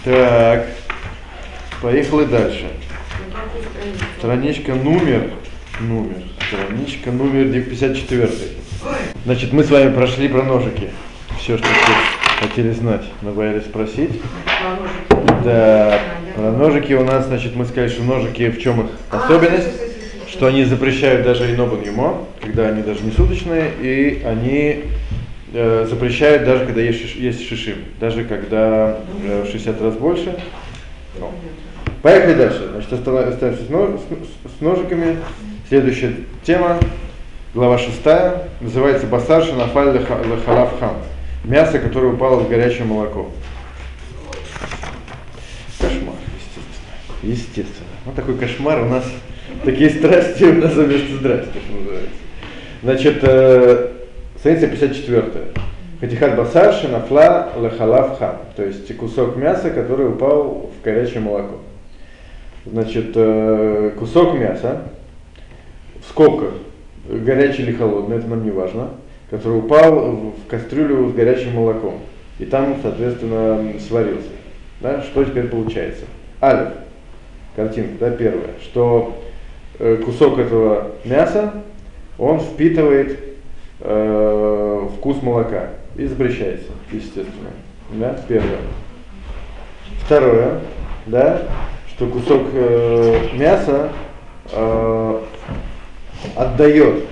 Так, поехали дальше. Страничка страничка номер 54. Значит, мы с вами прошли про ножики. Все, что хотели знать, мы боялись спросить. Да, про ножики у нас, значит, мы сказали, что ножики, в чем их особенность? Что они запрещают даже инобан юмо, когда они даже не суточные, и они запрещают даже когда есть шишим, даже когда в 60 раз больше. Ну. Поехали дальше. Значит, остаемся с ножиками. Следующая тема, глава 6, называется басар шенафаль лехалав хам. Мясо, которое упало в горячее молоко. Кошмар, естественно. Вот такой кошмар у нас, такие страсти у нас вместо здрасти, что называется. Значит, страница 54. Хатихат басар шенафла лехалав хам. То есть кусок мяса, который упал в горячее молоко. Значит, кусок мяса, в скобках, горячий или холодный, это нам не важно, который упал в кастрюлю с горячим молоком. И там, соответственно, сварился. Да? Что теперь получается? Алиф, картинка, да, первая, что кусок этого мяса, он впитывает вкус молока и запрещается, естественно. Да? Первое. Второе, да, что кусок мяса отдает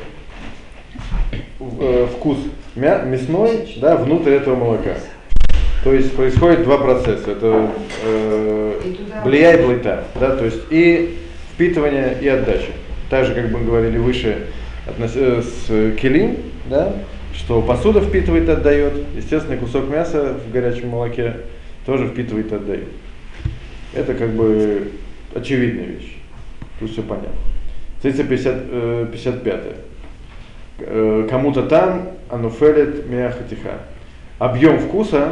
вкус мясной, да, внутрь этого молока. То есть происходит два процесса. Это блия и блита, да, то есть и впитывание, и отдача. Так же, как мы говорили выше с килим, да, что посуда впитывает и отдает, естественно, кусок мяса в горячем молоке тоже впитывает и отдает. Это как бы очевидная вещь. Тут все понятно. Страница 55. Кому-то там ануфелет меахатиха. Объем вкуса,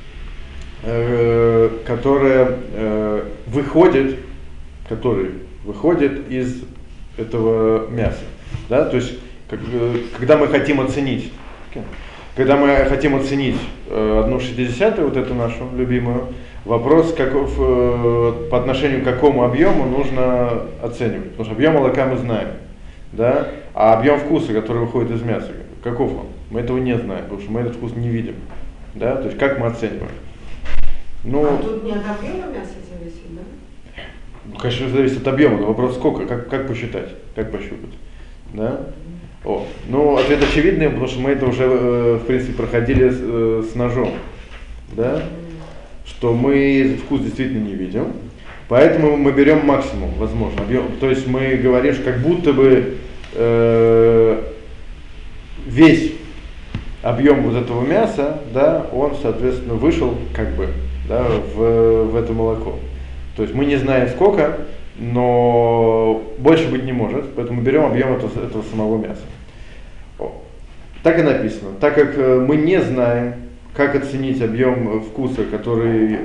который выходит из этого мяса. Да? То есть, когда мы хотим оценить, одну 60-ю, вот эту нашу любимую, вопрос, по отношению к какому объему нужно оценивать. Потому что объем молока мы знаем, да? А объем вкуса, который выходит из мяса, каков он? Мы этого не знаем, потому что мы этот вкус не видим. Да? То есть как мы оцениваем? Ну, а тут не от объема мяса зависит, да? Конечно, зависит от объема, но вопрос сколько, как посчитать, как пощупать. Да? Ну, ответ очевидный, потому что мы это уже, в принципе, проходили с ножом. Да? Что мы вкус действительно не видим, поэтому мы берем максимум, возможно, объем. То есть мы говорим, что как будто бы весь объем вот этого мяса, да, он, соответственно, вышел как бы, да, в это молоко. То есть мы не знаем сколько, но больше быть не может, поэтому берем объем этого самого мяса. Так и написано. Так как мы не знаем, как оценить объем вкуса, который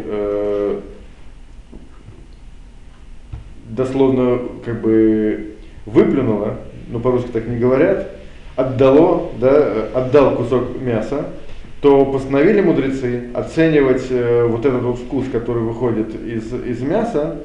дословно как бы выплюнуло, но по-русски так не говорят, отдал кусок мяса, то постановили мудрецы оценивать вот этот вот вкус, который выходит из мяса,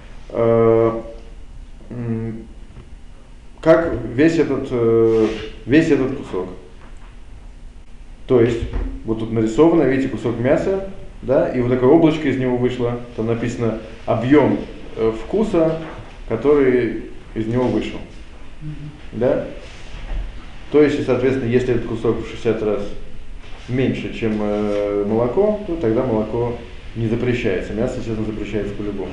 как весь этот кусок. То есть, вот тут нарисовано, видите, кусок мяса, да, и вот такое облачко из него вышло, там написано объем вкуса, который из него вышел. Да? То есть, соответственно, если этот кусок в 60 раз меньше, чем молоко, то тогда молоко не запрещается. Мясо, естественно, запрещается по-любому.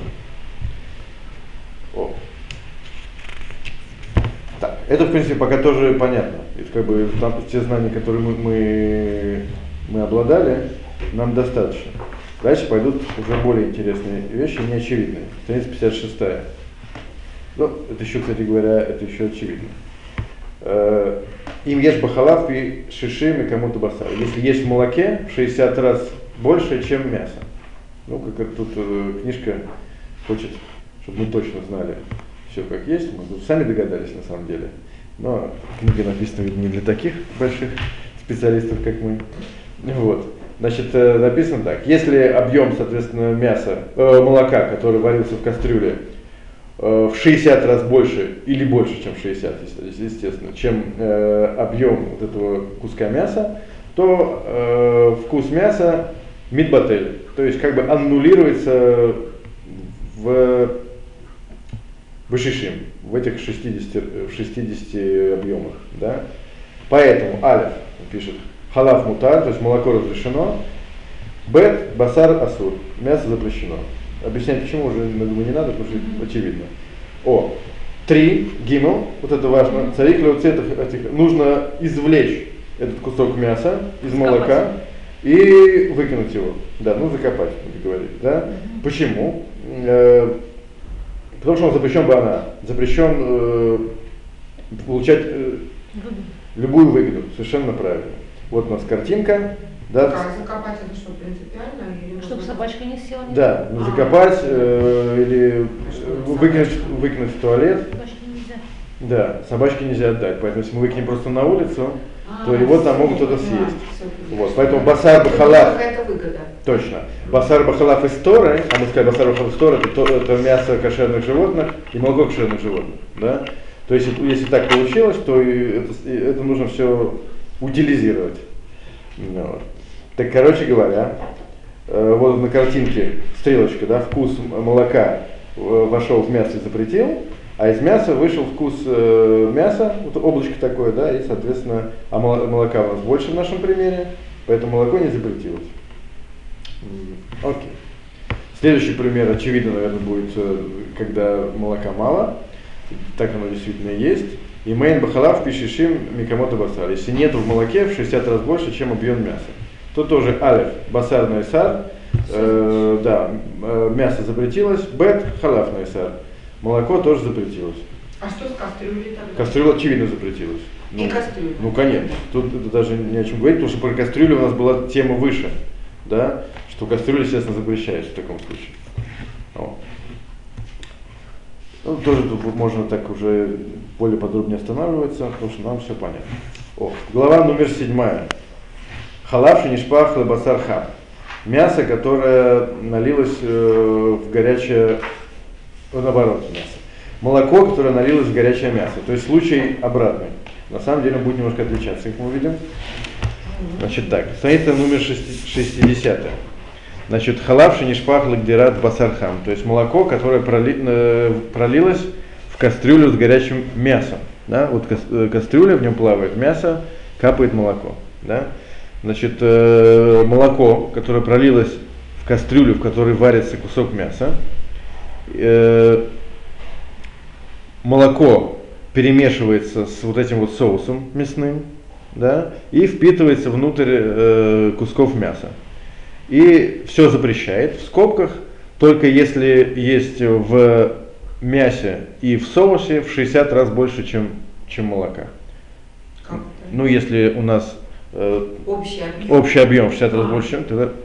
Так, это, в принципе, пока тоже понятно. Это как бы там, те знания, которые мы обладали, нам достаточно. Дальше пойдут уже более интересные вещи, неочевидные. Страница 56. Ну, это еще, кстати говоря, это еще очевидно. Им ешь бахалав и шишим и кому-то басар. Если есть в молоке в 60 раз больше, чем мясо. Ну, как тут книжка хочет, чтобы мы точно знали все как есть. Мы тут сами догадались на самом деле. Но книга написана не для таких больших специалистов, как мы. Вот. Значит, написано так. Если объем, соответственно, молока, который варился в кастрюле, в 60 раз больше или больше, чем 60, естественно, чем объем вот этого куска мяса, то вкус мяса мидбатель, то есть как бы аннулируется в шишим, в этих 60 объемах. Да? Поэтому алеф пишет халав мутар, то есть молоко разрешено, бет басар асур, мясо запрещено. Объяснять почему уже, думаю, не надо, потому что очевидно. 3 гимел, вот это важно, царик леуцет этих, нужно извлечь этот кусок мяса из молока и выкинуть его. Да, ну закопать, как говорили. Да? Почему? Потому что он запрещен бана, запрещен получать любую выгоду, совершенно правильно. Вот у нас картинка. Да. Как закопать это что, принципиально? Или чтобы собачка не села? Да, закопать или выкинуть в туалет. Собачки нельзя. Да, собачке нельзя отдать, поэтому если мы выкинем просто на улицу, то его там могут кто-то съесть. Вот, поэтому басар бахалаф. Какая-то выгода. Точно. Басар бахалаф из Торы, а мы сказали басар бахалаф из Торы, это мясо кошерных животных и молоко кошерных животных. Да? То есть если так получилось, то это нужно все утилизировать. Вот. Так, короче говоря, вот на картинке стрелочка, да, вкус молока вошел в мясо и запретил, а из мяса вышел вкус мяса, вот облачко такое, да, и, соответственно, а молока у нас больше в нашем примере, поэтому молоко не запретилось. Окей. Следующий пример, очевидно, наверное, будет, когда молока мало, так оно действительно и есть. И мейн бахалав пишешим микамото басар. Если нет в молоке в 60 раз больше, чем объем мяса. То тоже алеф, басар найсар, мясо запретилось, бет, халав найсар. Молоко тоже запретилось. А что с кастрюлей тогда? Кастрюля, очевидно, запретилась. И кастрюля. Ну, конечно. Тут это даже не о чем говорить, потому что про кастрюлю у нас была тема выше. Да? Что кастрюля, естественно, запрещается в таком случае. Ну, тоже тут можно так уже более подробнее останавливаться, потому что нам все понятно. Глава номер 7. Халав шинишпах лабасар хам. Мясо, которое налилось в горячее, наоборот, мясо. Молоко, которое налилось в горячее мясо. То есть случай обратный. На самом деле он будет немножко отличаться, как мы увидим. Значит так, страница номер 60. Значит, халав шинишпах лагдират басархам, то есть молоко, которое пролилось в кастрюлю с горячим мясом. Да? Вот кастрюля, в нем плавает мясо, капает молоко. Да? Значит, молоко, которое пролилось в кастрюлю, в которой варится кусок мяса, молоко перемешивается с вот этим вот соусом мясным, да, и впитывается внутрь кусков мяса. И все запрещает в скобках, только если есть в мясе и в соусе в 60 раз больше, чем молока. Как это? Ну, если у нас общий объем в 60 раз больше, чем тогда.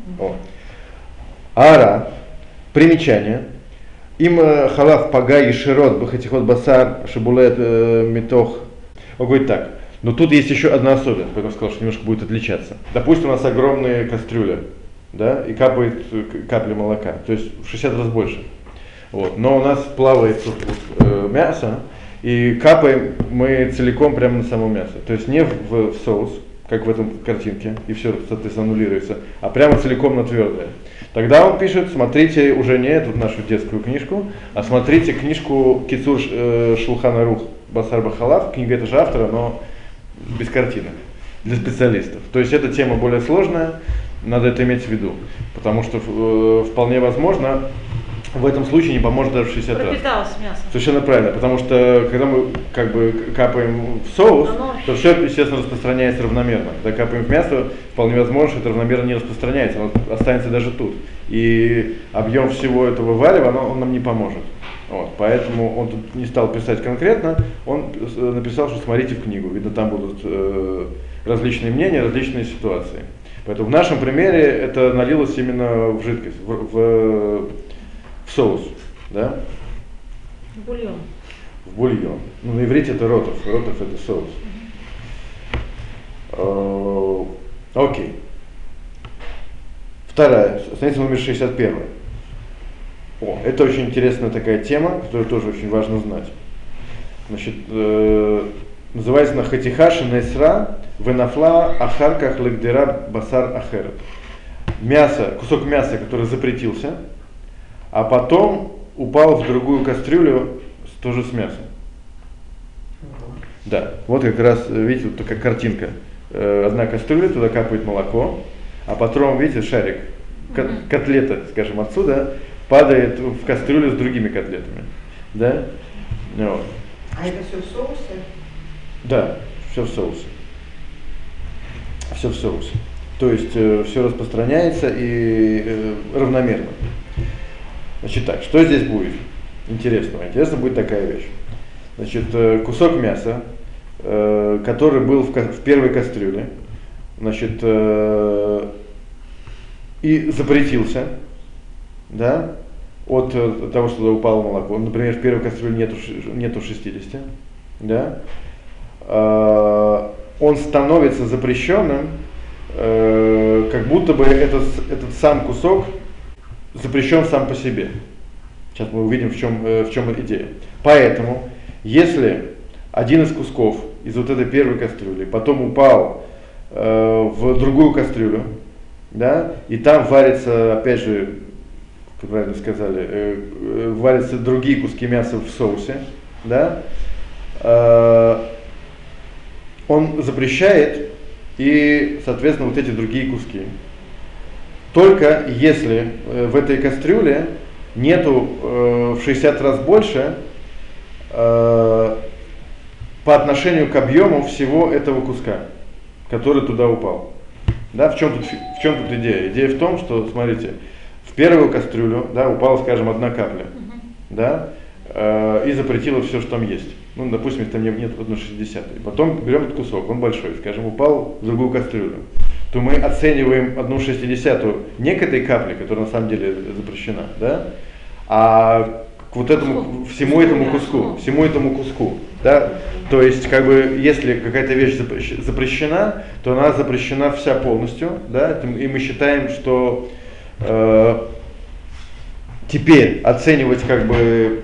Ара, примечание. Им халав пага и широт бахатихот басар шабулет митох. Он говорит так. Но тут есть еще одна особенность, поэтому сказал, что немножко будет отличаться. Допустим, у нас огромные кастрюли, да, и капает капли молока, то есть в 60 раз больше. Вот. Но у нас плавает мясо, и капаем мы целиком прямо на само мясо. То есть не в соус, как в этом картинке, и все, соответственно, аннулируется, а прямо целиком на твердое. Тогда он пишет, смотрите уже не эту нашу детскую книжку, а смотрите книжку Кицур Шулхан Арух Басар Бахалав, книга этого же автора, но без картинок, для специалистов. То есть эта тема более сложная, надо это иметь в виду, потому что вполне возможно, в этом случае не поможет даже в 60 раз. Пропиталось мясо. Совершенно правильно, потому что когда мы как бы капаем в соус, то все, естественно, распространяется равномерно. Когда капаем в мясо, вполне возможно, что это равномерно не распространяется, оно останется даже тут. И объем всего этого варева, он нам не поможет. Вот, поэтому он тут не стал писать конкретно, он написал, что смотрите в книгу, видно, там будут различные мнения, различные ситуации. Поэтому в нашем примере это налилось именно в жидкость, в соус, да? В бульон. В бульон. Ну, на иврите это ротов это соус. Окей. Вторая, страница номер 61. О, это очень интересная такая тема, которую тоже очень важно знать. Значит, называется на Хатихаши Нейсра Венафла Ахарках Лагдера Басар Ахерет. Мясо, кусок мяса, который запретился, а потом упал в другую кастрюлю тоже с мясом. Да, вот как раз, видите, вот такая картинка. Одна кастрюля, туда капает молоко, а потом, видите, шарик, котлета, скажем, отсюда падает в кастрюлю с другими котлетами. Да? Вот. А это все в соусе? Да, все в соусе. Все в соусе. То есть все распространяется и равномерно. Значит так, что здесь будет интересного? Интересно будет такая вещь. Значит, кусок мяса, который был в первой кастрюле, значит, и запретился, да, от того, что туда упало молоко. Например, в первой кастрюле нету 60, да, он становится запрещенным, как будто бы этот сам кусок запрещен сам по себе. Сейчас мы увидим, в чем идея. Поэтому, если один из кусков из вот этой первой кастрюли потом упал в другую кастрюлю, да, и там варится, опять же, как правильно сказали, варятся другие куски мяса в соусе, да, он запрещает и, соответственно, вот эти другие куски. Только если в этой кастрюле нету в 60 раз больше по отношению к объему всего этого куска, который туда упал. Да, в чем тут идея? Идея в том, что, смотрите, в первую кастрюлю, да, упала, скажем, одна капля, да, и запретила все, что там есть. Ну, допустим, если там нет 1,60. И потом берем этот кусок, он большой, скажем, упал в другую кастрюлю, то мы оцениваем 1,60 не к этой капле, которая на самом деле запрещена, да, а к вот этому, всему этому куску, да. То есть, как бы, если какая-то вещь запрещена, то она запрещена вся полностью, да, и мы считаем, что теперь оценивать, как бы,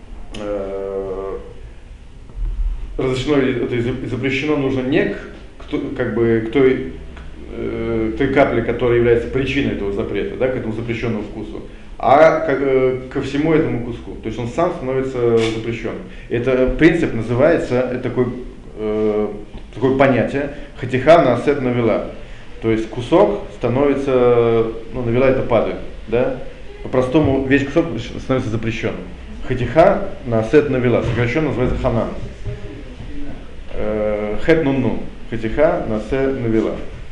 разрешено или это запрещено нужно не к той капле, которая является причиной этого запрета, да, к этому запрещенному вкусу, а ко всему этому куску. То есть он сам становится запрещенным. Это принцип называется, это такое понятие хатиха наасет навела. То есть кусок становится, ну, навела это падает, да. По-простому весь кусок становится запрещенным. Хатиха наасет навела, сокращенно называется ханан. Хет нун-нун. Хатиха насе навела.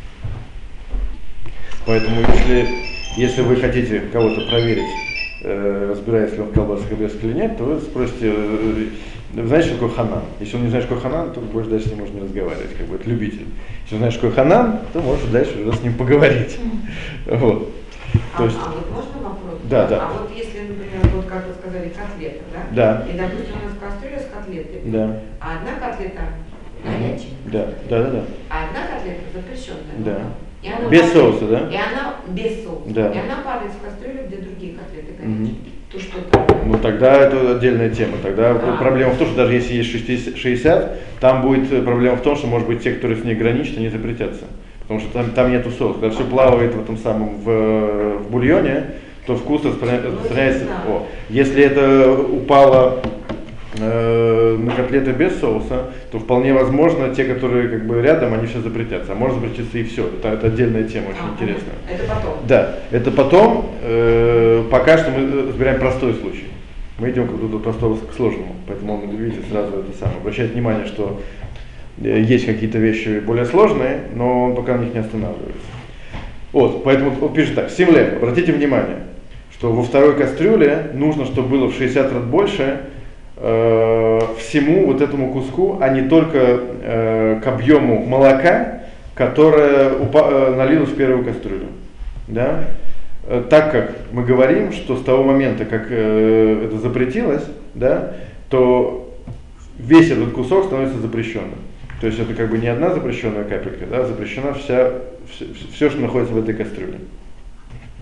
Поэтому если вы хотите кого-то проверить, разбираясь ли он в колбасах обрезках или нет, то вы спросите, вы знаете, что такое ханан? Если он не знает, что такое ханан, то больше дальше с ним можно не разговаривать, как бы это любитель. Если он знает, что такое ханан, то можно дальше уже с ним поговорить. Вот. Вот можно вопрос? Да, да. А вот если, например, вот как вы сказали, котлета, да? Да. И, допустим, у нас кастрюля с котлетой. Да. А одна котлета горячая. Да, да, да, да. А одна котлета запрещенная. Да. И она Без падает, соуса, да? И она без соуса. Да. И она падает в кастрюлю, где другие котлеты горячие. Мгм. То что тогда? Ну тогда это отдельная тема. Тогда Да. проблема в том, что даже если есть 60, там будет проблема в том, что, может быть, те, которые с ней граничат, они запретятся. Потому что там нету соуса. Когда все плавает в этом самом в бульоне, то вкус распространяется. Если это упало на котлеты без соуса, то вполне возможно, те, которые как бы рядом, они все запретятся. А может запретиться и все. Это отдельная тема, очень интересная. Это потом. Да, это потом. Пока что мы разбираем простой случай. Мы идем от простого к сложному. Поэтому он, видите, сразу это самое. Обращает внимание, что есть какие-то вещи более сложные, но он пока на них не останавливается. Вот, поэтому он пишет так. Симлев, обратите внимание, что во второй кастрюле нужно, чтобы было в 60 раз больше всему вот этому куску, а не только к объему молока, которое налилось в первую кастрюлю. Да? Так как мы говорим, что с того момента, как это запретилось, да, то весь этот кусок становится запрещенным. То есть это как бы не одна запрещенная капелька, да, запрещена все, что находится в этой кастрюле.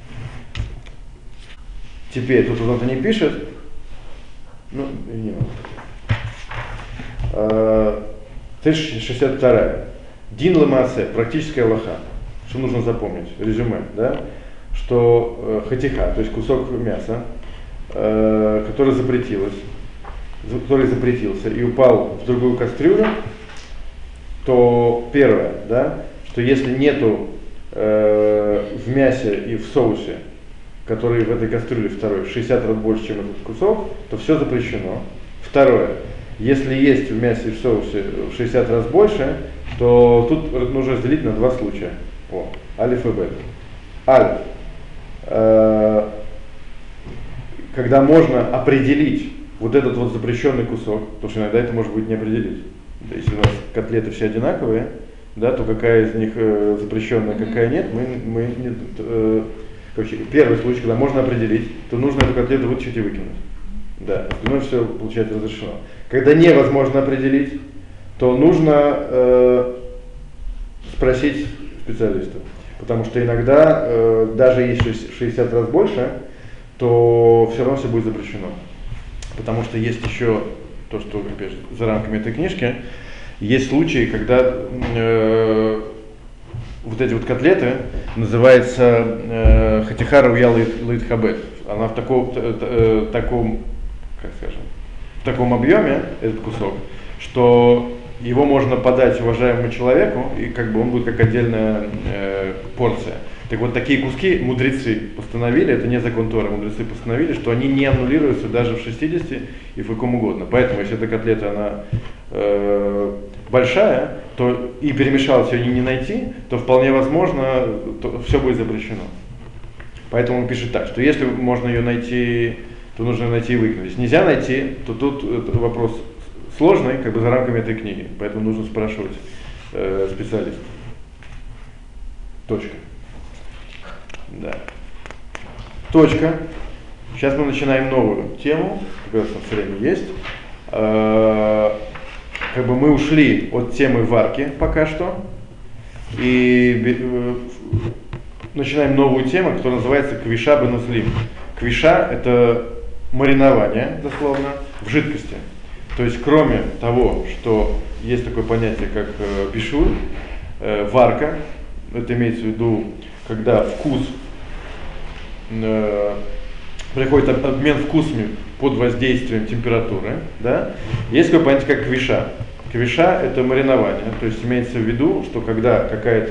Теперь, тут он это не пишет, ну, не могу. 62. Дин ламасе, практическая алаха. Что нужно запомнить? Резюме, да? Что хатиха, то есть кусок мяса, который запретился и упал в другую кастрюлю, то первое, да, что если нету в мясе и в соусе, который в этой кастрюле второй, 60 раз больше, чем этот кусок, то все запрещено. Второе, если есть в мясе и в соусе в 60 раз больше, то тут нужно разделить на два случая. Алиф и бет. Алиф. Когда можно определить вот этот вот запрещенный кусок, потому что иногда это может быть не определить. Если у нас котлеты все одинаковые, да, то какая из них запрещенная, какая нет, короче, первый случай, когда можно определить, то нужно эту котлету вытащить и выкинуть. Да, остальное все получается разрешено. Когда невозможно определить, то нужно спросить специалиста. Потому что иногда, даже если 60 раз больше, то все равно все будет запрещено. Потому что есть еще то, что, опять же, за рамками этой книжки, есть случаи, когда вот эти вот котлеты называется хатихара уя лит хабет. Она в таком, как скажем, в таком объеме, этот кусок, что его можно подать уважаемому человеку, и как бы он будет как отдельная порция. Так вот, такие куски мудрецы постановили, это не закон Торы, мудрецы постановили, что они не аннулируются даже в 60 и в каком угодно. Поэтому, если эта котлета, она большая, то и перемешалась ее не найти, то вполне возможно, то все будет запрещено. Поэтому он пишет так, что если можно ее найти, то нужно ее найти и выкинуть. Если нельзя найти, то тут вопрос сложный, как бы за рамками этой книги. Поэтому нужно спрашивать специалиста. Точка. Да. Точка. Сейчас мы начинаем новую тему, как раз у нас время есть. Как бы мы ушли от темы варки пока что и начинаем новую тему, которая называется квиша бенузлим. Квиша — это маринование, дословно, в жидкости. То есть кроме того, что есть такое понятие, как бишуль, варка, это имеется в виду, когда вкус, приходит обмен вкусами под воздействием температуры, да, есть такое понятие, как квиша. Квиша — это маринование, то есть имеется в виду, что когда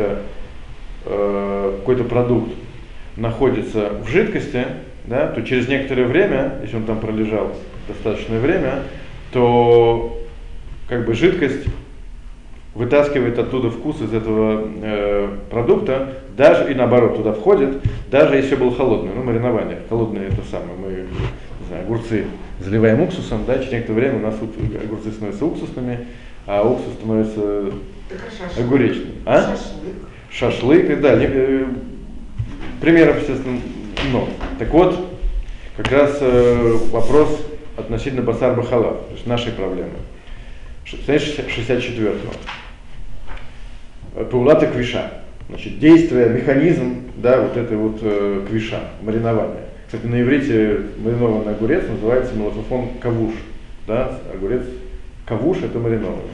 какой-то продукт находится в жидкости, да, то через некоторое время, если он там пролежал достаточное время, то как бы жидкость вытаскивает оттуда вкус из этого продукта, даже и наоборот туда входит, даже если был холодный, ну маринование, холодное это самое, мы, не знаю, огурцы заливаем уксусом, да, через некоторое время у нас огурцы становятся уксусными, а уксус становится огуречным. А? Шашлык и так далее. Примеров, естественно, много. Так вот, как раз вопрос относительно басар бахалав, то есть нашей проблемы. 64-го. Паулата квиша. Значит, действие, механизм, да, вот этой вот квиша, маринования. Кстати, на иврите маринованный огурец называется мелафофон кавуш. Да, огурец кавуш — это маринованный.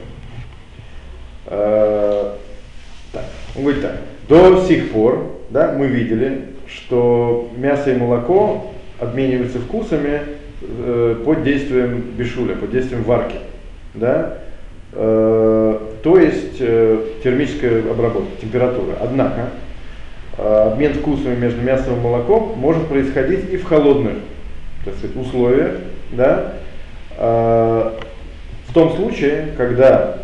Так, он говорит так. До сих пор, да, мы видели, что мясо и молоко обмениваются вкусами под действием бишуля, под действием варки. Да? То есть термическая обработка, температура. Однако обмен вкусами между мясом и молоком может происходить и в холодных, так сказать, условиях, да? В том случае, когда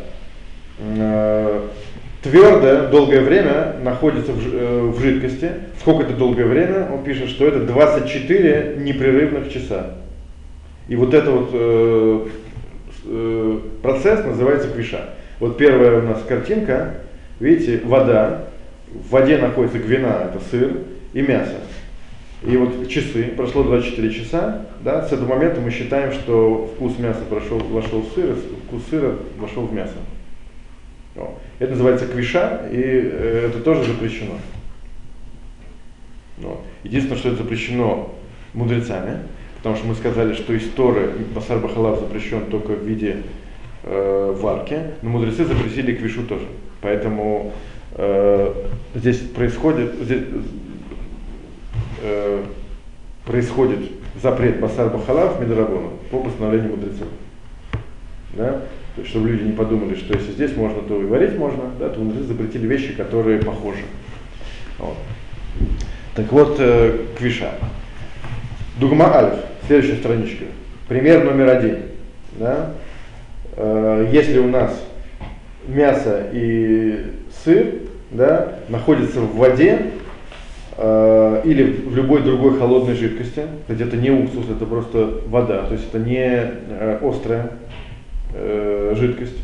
твердое долгое время находится в жидкости. Сколько это долгое время? Он пишет, что это 24 непрерывных часа. И вот этот вот процесс называется квиша. Вот первая у нас картинка, видите, вода, в воде находится гвина, это сыр, и мясо. И вот часы, прошло 24 часа, да, с этого момента мы считаем, что вкус мяса вошел в сыр, вкус сыра вошел в мясо. Это называется квиша, и это тоже запрещено. Единственное, что это запрещено мудрецами, потому что мы сказали, что из Торы басар бахалав запрещен только в виде варки, но мудрецы запретили квишу тоже. Поэтому здесь происходит запрет басар бахалав мидрабону по постановлению мудрецов. Да? То есть, чтобы люди не подумали, что если здесь можно, то и варить можно, да, то мудрецы запретили вещи, которые похожи. Вот. Так вот, квиша. Дугма алиф, следующая страничка. Пример номер 1. Да? Если у нас мясо и сыр, да, находятся в воде или в любой другой холодной жидкости, кстати, это не уксус, это просто вода, то есть это не острая жидкость,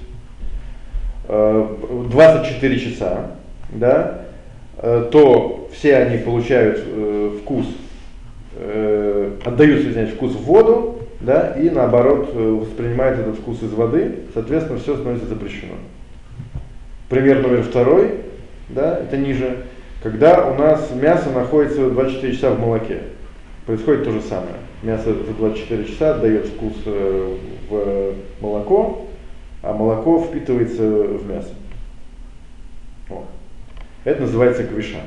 24 часа, да, то все они получают вкус, отдают, извиняюсь, вкус в воду, да, и наоборот воспринимают этот вкус из воды, соответственно, все становится запрещено. Пример номер 2, да, это ниже, когда у нас мясо находится 24 часа в молоке, происходит то же самое. Мясо за 24 часа отдает вкус в молоко, а молоко впитывается в мясо. Вот. Это называется квиша.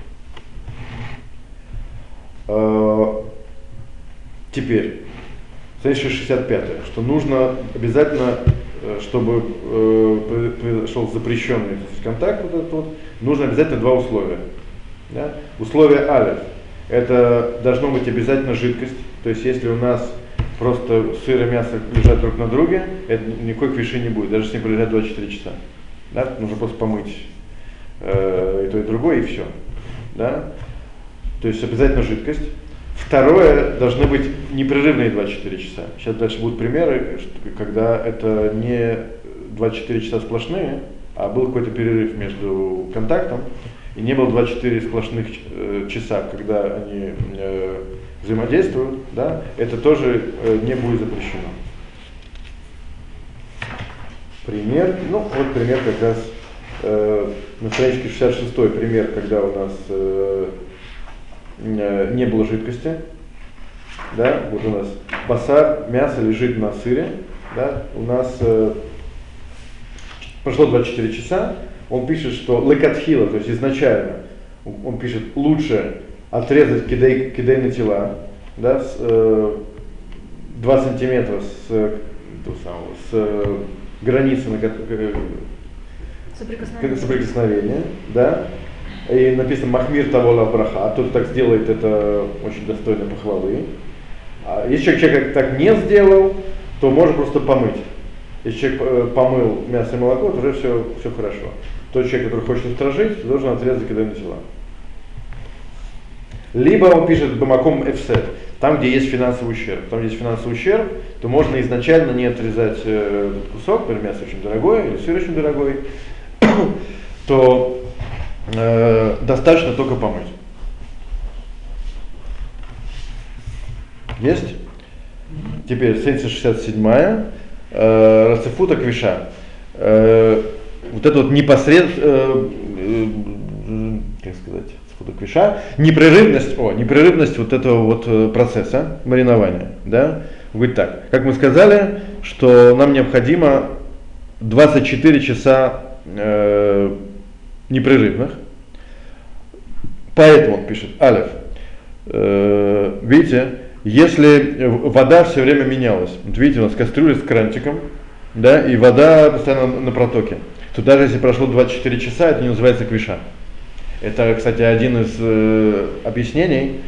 Теперь, следующее 65-е, что нужно обязательно, чтобы произошел запрещенный контакт, вот этот вот, нужно обязательно 2 условия. Да? Условие алиф. Это должно быть обязательно жидкость, то есть если у нас просто сыр и мясо лежат друг на друге, это никакой квиши не будет, даже если они пролежат 24 часа. Да? Нужно просто помыть и то, и другое, и все. Да? То есть обязательно жидкость. Второе, должны быть непрерывные 24 часа. Сейчас дальше будут примеры, когда это не 24 часа сплошные, а был какой-то перерыв между контактом, и не было 24 сплошных часа, когда они взаимодействуют, да, это тоже не будет запрещено. Пример, ну вот пример как раз на страничке 66 пример, когда у нас не было жидкости, да, вот у нас басар, мясо лежит на сыре, да, у нас прошло 24 часа, он пишет, что лекатхила, то есть изначально, он пишет, лучше отрезать кидей на тела, да, 2 сантиметра с границы соприкосновения, да, и написано махмир того браха, тот так сделает, это очень достойно похвалы. А если человек так не сделал, то можно просто помыть. Если человек помыл мясо и молоко, то уже все хорошо. Тот человек, который хочет устражить, должен отрезать кидай на тела. Либо он пишет бамаком эфсет, там, где есть финансовый ущерб. Там, где есть финансовый ущерб, то можно изначально не отрезать этот кусок, например, мясо очень дорогое или сыр очень дорогой, то достаточно только помыть. Есть? Теперь страница 67-я, рацефута квиша. Вот это вот непосредственно, как сказать, квиша, непрерывность вот этого вот процесса маринования, да? Говорит так, как мы сказали, что нам необходимо 24 часа непрерывных, поэтому он пишет, алеф, видите, если вода все время менялась, вот видите, у нас кастрюля с крантиком, да, и вода постоянно на протоке, то даже если прошло 24 часа, это не называется квиша. Это, кстати, один из объяснений,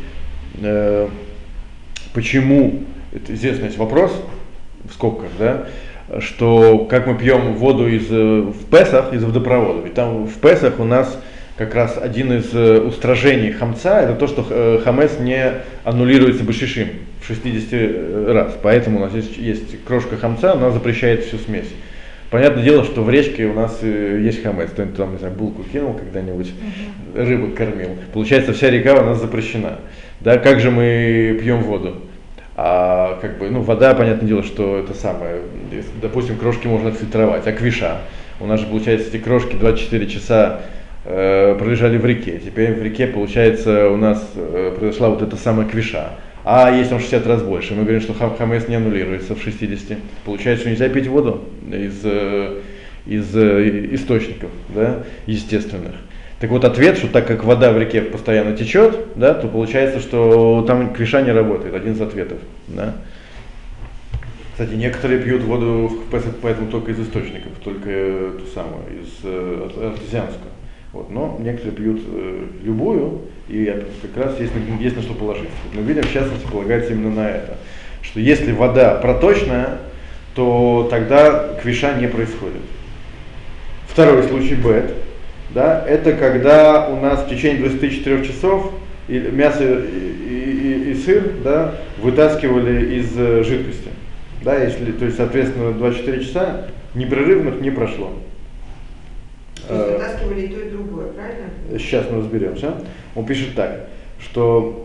почему, это известный вопрос, в скобках, да, что как мы пьем воду в Песах из водопровода. Ведь там в Песах у нас как раз один из устражений хамца, это то, что хамец не аннулируется башишим в 60 раз. Поэтому у нас есть крошка хамца, она запрещает всю смесь. Понятное дело, что в речке у нас есть хамец. Кто-нибудь там, не знаю, булку кинул когда-нибудь, рыбу кормил. Получается, вся река у нас запрещена. Да, как же мы пьем воду? А как бы, вода, понятное дело, что это самое, допустим, крошки можно отфильтровать, а квиша? У нас же, получается, эти крошки 24 часа пролежали в реке. Теперь в реке, получается, у нас произошла вот эта самая квиша. А если он 60 раз больше, мы говорим, что хамец не аннулируется в 60. Получается, что нельзя пить воду из источников, да, естественных. Так вот ответ, что так как вода в реке постоянно течет, да, то получается, что там квиша не работает, один из ответов. Да. Кстати, некоторые пьют воду в Песах, поэтому только из источников, только ту самую, из артезианскую. Вот. Но некоторые пьют любую, и как раз есть на что положиться. Мы видим, в частности, полагается именно на это, что если вода проточная, то тогда квиша не происходит. Второй случай бет, да, это когда у нас в течение 24 часов мясо и сыр, да, вытаскивали из жидкости. Да, если, то есть, соответственно, 24 часа непрерывных не прошло. То есть вытаскивали и то, и другое, правильно? Сейчас мы разберемся. Он пишет так, что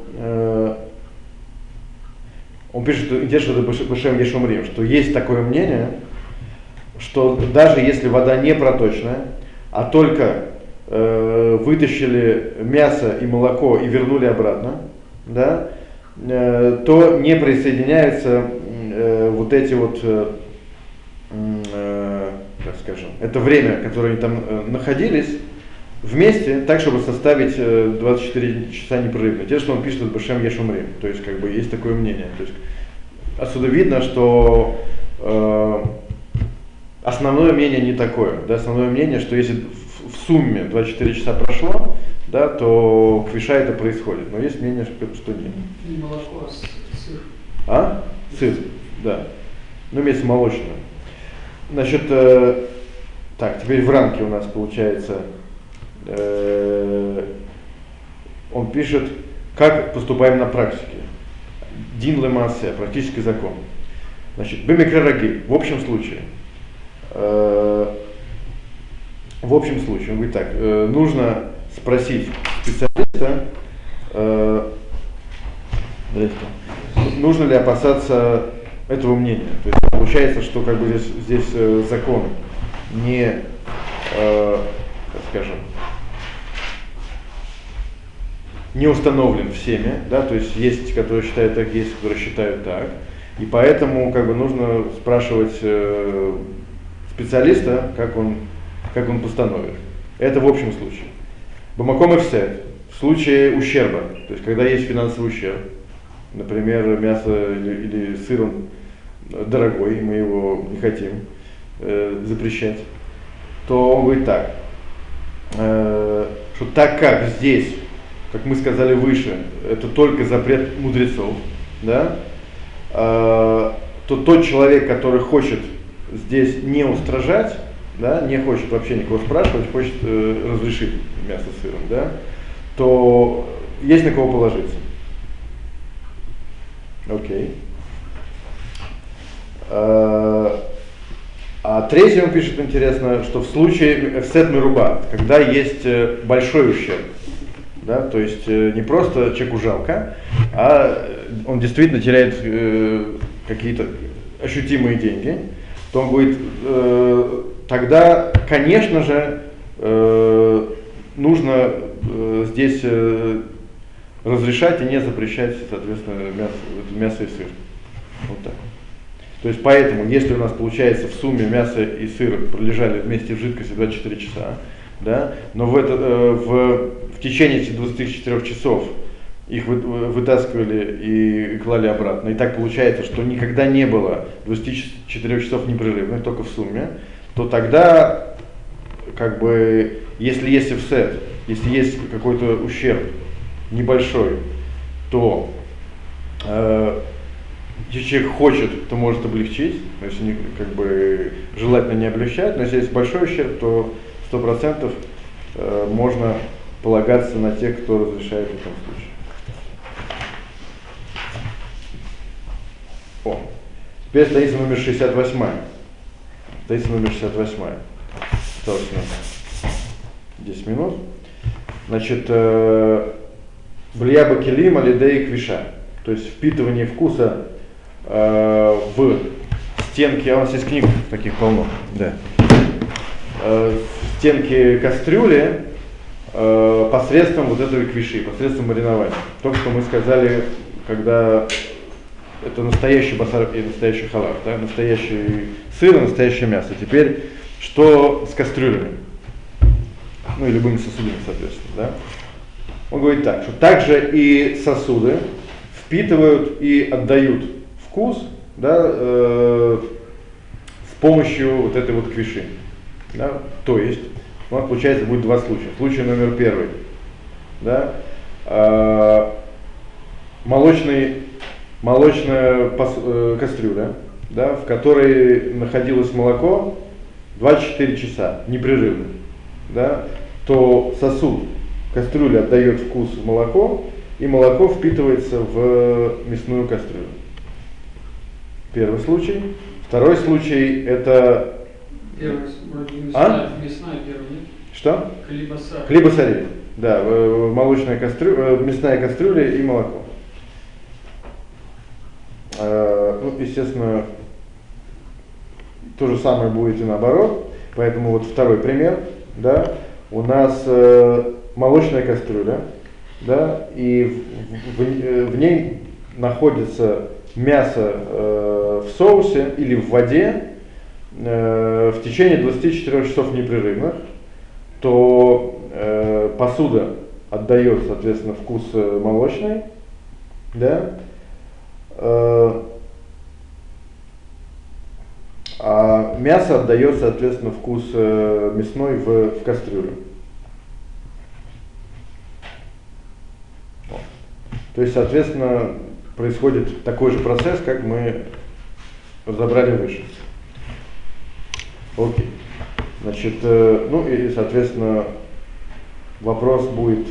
он пишет, Бешем Ешумрим, что есть такое мнение, что даже если вода не проточная, а только вытащили мясо и молоко и вернули обратно, да, то не присоединяются вот эти вот, как скажем, это время, которое они там находились вместе, так, чтобы составить 24 часа непрерывно. Те, что он пишет от Бешем Ешумрим, то есть как бы есть такое мнение. То есть, отсюда видно, что основное мнение не такое. Да, основное мнение, что если в сумме 24 часа прошло, да, то квиша это происходит. Но есть мнение, что нет. Не молоко, а сыр. А? Сыр, да. Ну, имеется молочное. Значит, так, теперь в рамке у нас получается, он пишет, как поступаем на практике. Дин лемаасе, практический закон. Значит, бемикре рагиль, в общем случае, он говорит так, нужно спросить специалиста, нужно ли опасаться этого мнения. То есть получается, что как бы здесь закон не, как скажем, не установлен всеми, да, то есть есть, которые считают так, есть, которые считают так, и поэтому как бы нужно спрашивать специалиста, как он постановит. Это в общем случае. Бамаком и все. В случае ущерба, то есть когда есть финансовый ущерб, например, мясо или сыр он дорогой, мы его не хотим запрещать, то он говорит так, что так как здесь, как мы сказали выше, это только запрет мудрецов, да, то тот человек, который хочет здесь не устражать, да, не хочет вообще никого спрашивать, хочет разрешить мясо с сыром, да, то есть на кого положиться. Окей. А третий он пишет интересно, что в случае эфсет меруба, когда есть большой ущерб, да, то есть не просто человеку жалко, а он действительно теряет какие-то ощутимые деньги, то он говорит, тогда, конечно же, нужно здесь разрешать и не запрещать, соответственно, мясо и сыр. Вот так. То есть поэтому, если у нас получается в сумме мясо и сыр пролежали вместе в жидкости 24 часа, да, но в течение этих 24 часов их вытаскивали и клали обратно, и так получается, что никогда не было 24 часов непрерывных, только в сумме, то тогда, как бы, если есть офсет, если есть какой-то ущерб небольшой, то если человек хочет, то может облегчить, но если как бы желательно не облегчать, но если есть большой ущерб, то 100% можно полагаться на тех, кто разрешает в этом случае. Теперь страница номер 68. Страница номер 68. Осталось у нас 10 минут. Значит, блияба келим алидей квиша, то есть впитывание вкуса в стенки, а у нас есть книг таких полно, да, стенки кастрюли посредством вот этого квиши, посредством маринования. Только что мы сказали, когда это настоящий басар и настоящий халав, да? Настоящий сыр и настоящее мясо. Теперь, что с кастрюлями? Ну и любыми сосудами, соответственно. Да? Он говорит так, что также и сосуды впитывают и отдают вкус, да, с помощью вот этой вот квиши. Да? То есть, у нас получается будет два случая. Случай номер первый. Да? Молочная кастрюля, да, в которой находилось молоко 24 часа непрерывно, да, то сосуд кастрюли отдает вкус в молоко, и молоко впитывается в мясную кастрюлю. Первый случай. Второй случай это... Первый, мясная первый, нет? Что? Хлебосар. Хлебосарей. Да, мясная кастрюля и молоко. Ну, естественно, то же самое будет и наоборот. Поэтому вот второй пример, да, у нас молочная кастрюля, да, и в ней находится мясо в соусе или в воде в течение 24 часов непрерывных, то посуда отдает, соответственно, вкус молочный, да, а мясо отдает, соответственно, вкус мясной в кастрюлю. То есть, соответственно, происходит такой же процесс, как мы разобрали выше. Окей. Значит, ну и, соответственно, вопрос будет,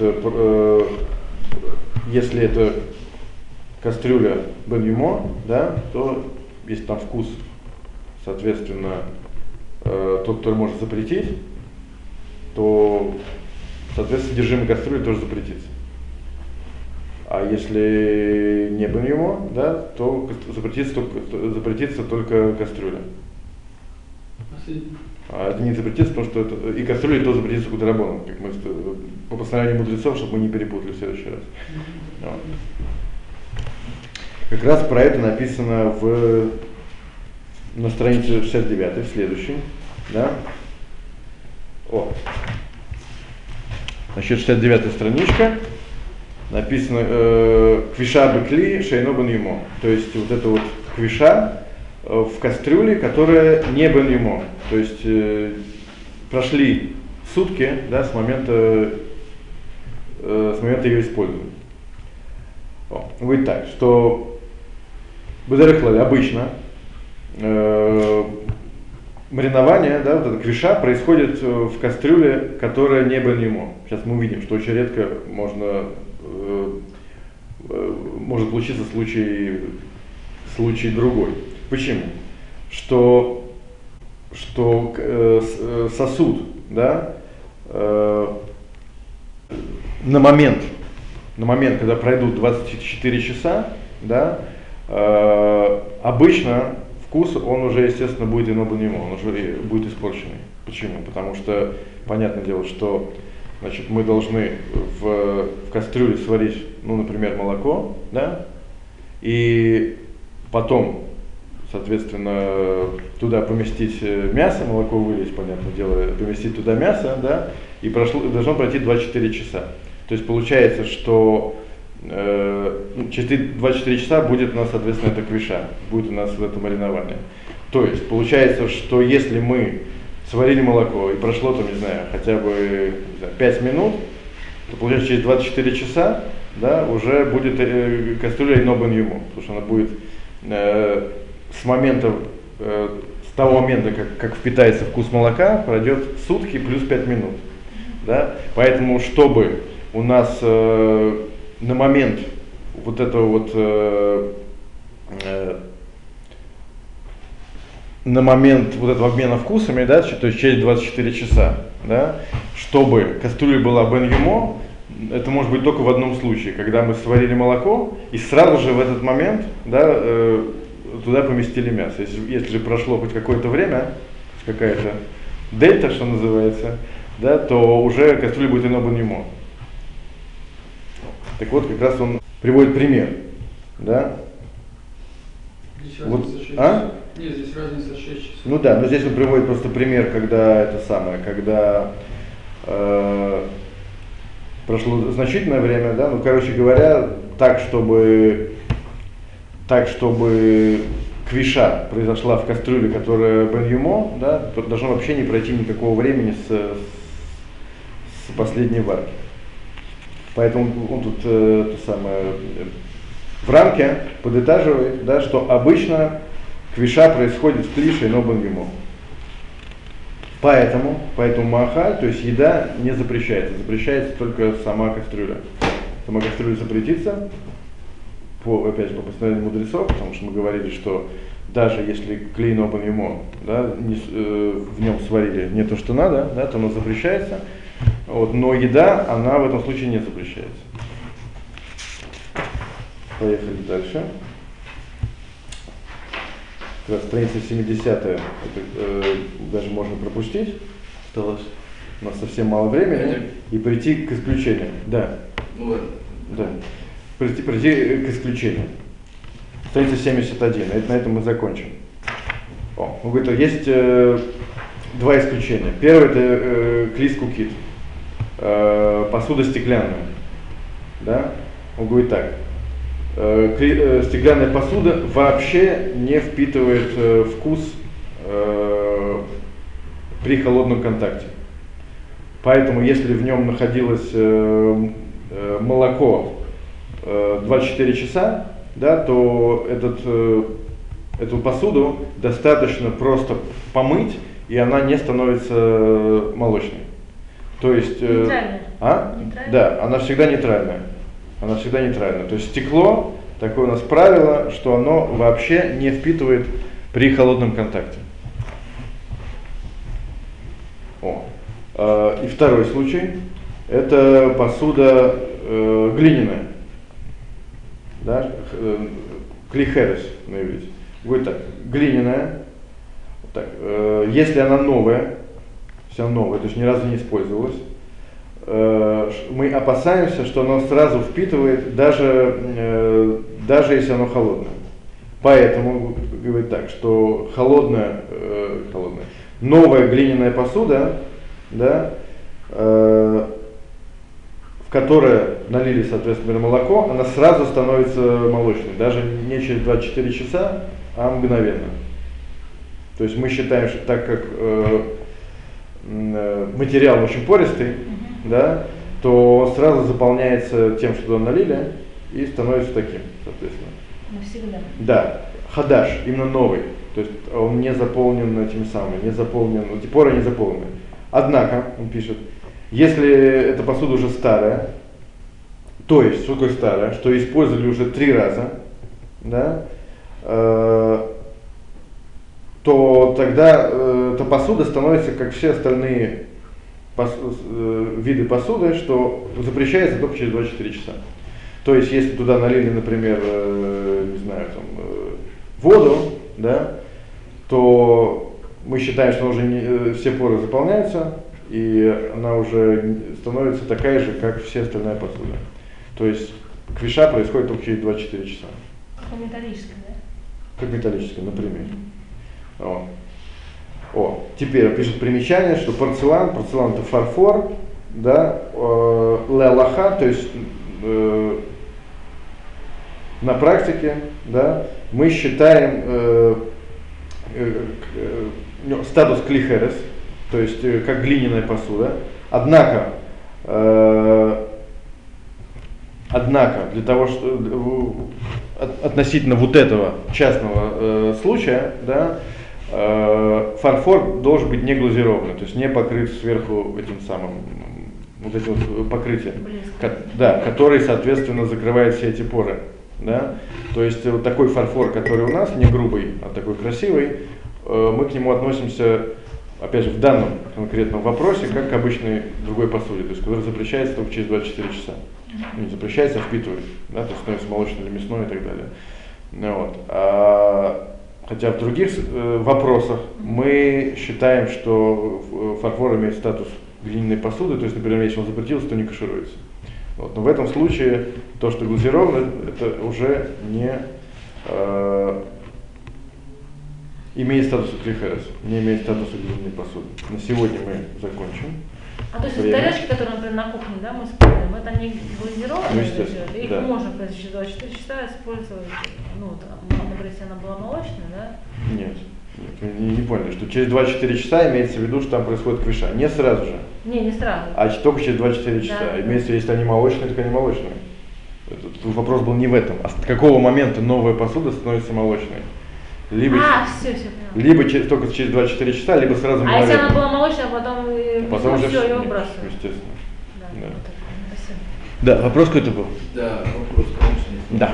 если это кастрюля бен-юмо, да, то если там вкус, соответственно, тот, который может запретить, то, соответственно, содержимое кастрюли тоже запретится. А если не бен-юмо, да, то запретится только кастрюля. А это не запретится, потому что это, и кастрюля тоже запретится кудрабоном, как мы по постановлению мудрецов, чтобы мы не перепутали в следующий раз. Вот. Как раз про это написано на странице 69, в следующем. Да? Значит, 69 страничка. Написано квиша бекли шейно бен юмо. То есть вот это вот квиша в кастрюле, которая не бен юмо. То есть прошли сутки, да, с момента ее использования. Говорит так, что бедерехлаль обычно маринование, да, вот эта квиша происходит в кастрюле, которая не бен юмо. Сейчас мы увидим, что очень редко может случиться случай другой. Почему? Что сосуд, да, на момент, когда пройдут 24 часа, да, обычно вкус, он уже, естественно, будет ино бен юмо, он уже будет испорченный. Почему? Потому что, понятное дело, что, значит, мы должны в кастрюле сварить, ну, например, молоко, да, и потом, соответственно, туда поместить мясо, молоко вылить, понятное дело, поместить туда мясо, да, и должно пройти 24 часа. То есть получается, что через 24 часа будет у нас, соответственно, эта квиша, будет у нас это маринование. То есть получается, что если мы сварили молоко и прошло там, не знаю, хотя бы, не знаю, 5 минут, то получается через 24 часа, да, уже будет кастрюля ино бен юмо, потому что она будет с того момента, как впитается вкус молока, пройдет сутки плюс 5 минут. Да? Поэтому, чтобы у нас на момент вот этого вот на момент вот этого обмена вкусами, да, то есть через 24 часа, да, чтобы кастрюля была бен юмо, это может быть только в одном случае, когда мы сварили молоко и сразу же в этот момент, да, туда поместили мясо. Если же прошло хоть какое-то время, какая-то дельта, что называется, да, то уже кастрюля будет ино бен юмо. Так вот, как раз он приводит пример. да? Здесь Вот, разница 6 а? часов. Нет, здесь разница 6 часов. Ну да, но здесь он приводит просто пример, когда это самое, когда прошло значительное время, да, ну, короче говоря, так, чтобы квиша произошла в кастрюле, которая бен-юмо, да, то должно вообще не пройти никакого времени с последней варки. Поэтому он тут то самое, в рамке подытаживает, да, что обычно квиша происходит в клише, но бен-юмо. Поэтому маахаль, то есть еда, не запрещается. Запрещается только сама кастрюля. Сама кастрюля запретится, опять же, по постановлению мудрецов, потому что мы говорили, что даже если клейно бен-юмо, да, в нем сварили не то, что надо, да, то оно запрещается. Вот, но еда, она в этом случае не запрещается. Поехали дальше. Как раз страница 70-я, это даже можно пропустить, осталось у нас совсем мало времени, и прийти к исключению. Да. Ну ладно. Да. Прийти к исключению. Страница 71, на этом мы закончим. Он говорит, есть два исключения. Первое это клис кукит, посуда стеклянная. Да? Он говорит так. Стеклянная посуда вообще не впитывает вкус при холодном контакте. Поэтому если в нем находилось молоко 24 часа, да, то эту посуду достаточно просто помыть, и она не становится молочной. То есть, Нейтральная. Нейтральная? Да, она всегда нейтральная. Она всегда нейтральная. То есть стекло, такое у нас правило, что оно вообще не впитывает при холодном контакте. И второй случай, это посуда глиняная. Да? Клихерес на иврите. Будет так, глиняная. Так, если она новая, вся новая, то есть ни разу не использовалась, мы опасаемся, что оно сразу впитывает, даже если оно холодное. Поэтому говорит так, что холодная, новая глиняная посуда, да, в которой налили, соответственно, молоко, она сразу становится молочной, даже не через 24 часа, а мгновенно. То есть мы считаем, что так как материал очень пористый, да, то он сразу заполняется тем, что туда налили, и становится таким, соответственно. Навсегда. Да, хадаш, именно новый, то есть он не заполнен этими самыми, типора не заполнены. Однако, он пишет, если эта посуда уже старая, то есть, что такое старая, что использовали уже 3 раза, да, то тогда эта посуда становится, как все остальные виды посуды, что запрещается только через 24 часа. То есть, если туда налили, например, не знаю, там, воду, да, то мы считаем, что уже все поры заполняются, и она уже становится такая же, как все остальная посуда. То есть, квиша происходит только через 24 часа. Как металлическая, да? Как металлическая, например. Теперь пишет примечание, что порцелан это фарфор, да, ле-алаха, то есть на практике, да, мы считаем статус клихерес, то есть как глиняная посуда. Однако для того, что относительно вот этого частного случая, да, фарфор должен быть не глазированный, то есть не покрыт сверху этим самым, вот этим вот покрытием, который, соответственно, закрывает все эти поры. Да? То есть вот такой фарфор, который у нас, не грубый, а такой красивый, мы к нему относимся, опять же, в данном конкретном вопросе, как к обычной другой посуде, то есть который запрещается только через 24 часа. Не запрещается, а впитывает, да, то есть становится молочной или мясной и так далее. Хотя в других вопросах мы считаем, что фарфор имеет статус глиняной посуды, то есть, например, если он запретился, то не кашируется. Вот. Но в этом случае то, что глазировано, это уже не имеет статус клихерес, не имеет статуса глиняной посуды. На сегодня мы закончим. А то есть Время. тарелочки, которые, например, на кухне, да, мы используем, это не глазированные? Ну, естественно, Их да. можно в 24 часа использовать, ну, например, если она была молочная, да? Нет, вы не поняли, что через 24 часа имеется в виду, что там происходит квиша. Не сразу же, Не сразу. а только через 24 часа. Да. Имеется в виду, если они молочные, так они молочные. Тут вопрос был не в этом, а с какого момента новая посуда становится молочной. Либо, Все, поняла. либо только через 24 часа, либо сразу А если мгновенно. она была молочная, а потом, Потом уже все, ее нет, выбрасывают? естественно. Да. Да. Вот так. Спасибо. Да, вопрос какой-то был? Да, вопрос, конечно. Да.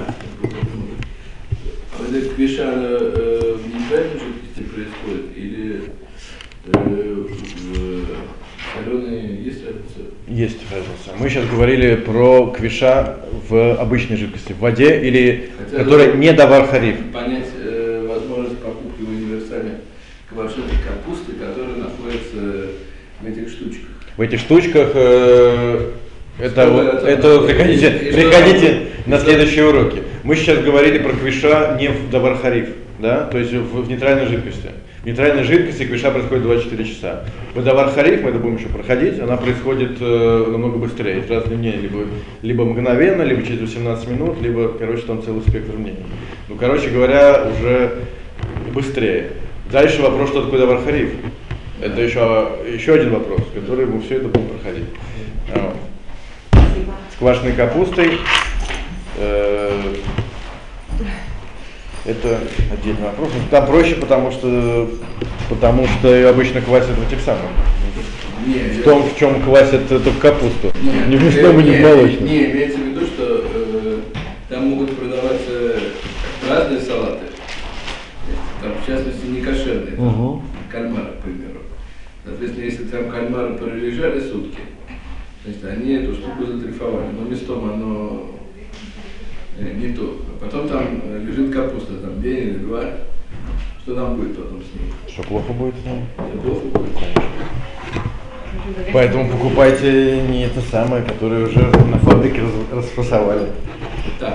А это квиша в нейтральной жидкости происходит или в соленой есть разница? Есть разница. Мы сейчас говорили про квиша в обычной жидкости, в воде или Хотя которая бы не давар хариф. Понять возможность покупки в универсале квашеной капусты, которая находится в этих штучках. В этих штучках это Что приходите на следующие уроки. Мы сейчас говорили про квиша не в давар хариф, да, то есть в нейтральной жидкости. В нейтральной жидкости квиша происходит 24 часа. В давар хариф, мы это будем еще проходить, она происходит намного быстрее. Есть разные мнения, либо мгновенно, либо через 18 минут, либо, короче, там целый спектр мнений. Ну, короче говоря, уже быстрее. Дальше вопрос, что такое давар хариф. Это еще один вопрос, который мы все это будем проходить. Вот. С квашеной капустой это отдельный вопрос. Там проще, потому что ее обычно квасят в этих самых. В том, в чем квасят только капусту. Не в мясном и не в молочном. Не, имеется в виду, что там могут продаваться разные салаты. Там, в частности, не кошерные. Кальмары, к примеру. Соответственно, если там кальмары пролежали сутки, значит, они эту штуку затрифовали, но местом оно не то. А потом там лежит капуста, там день или два. Что нам будет потом с ней? Что плохо будет с ним? Все плохо будет. Поэтому покупайте не это самое, которое уже на фабрике расфасовали. Так.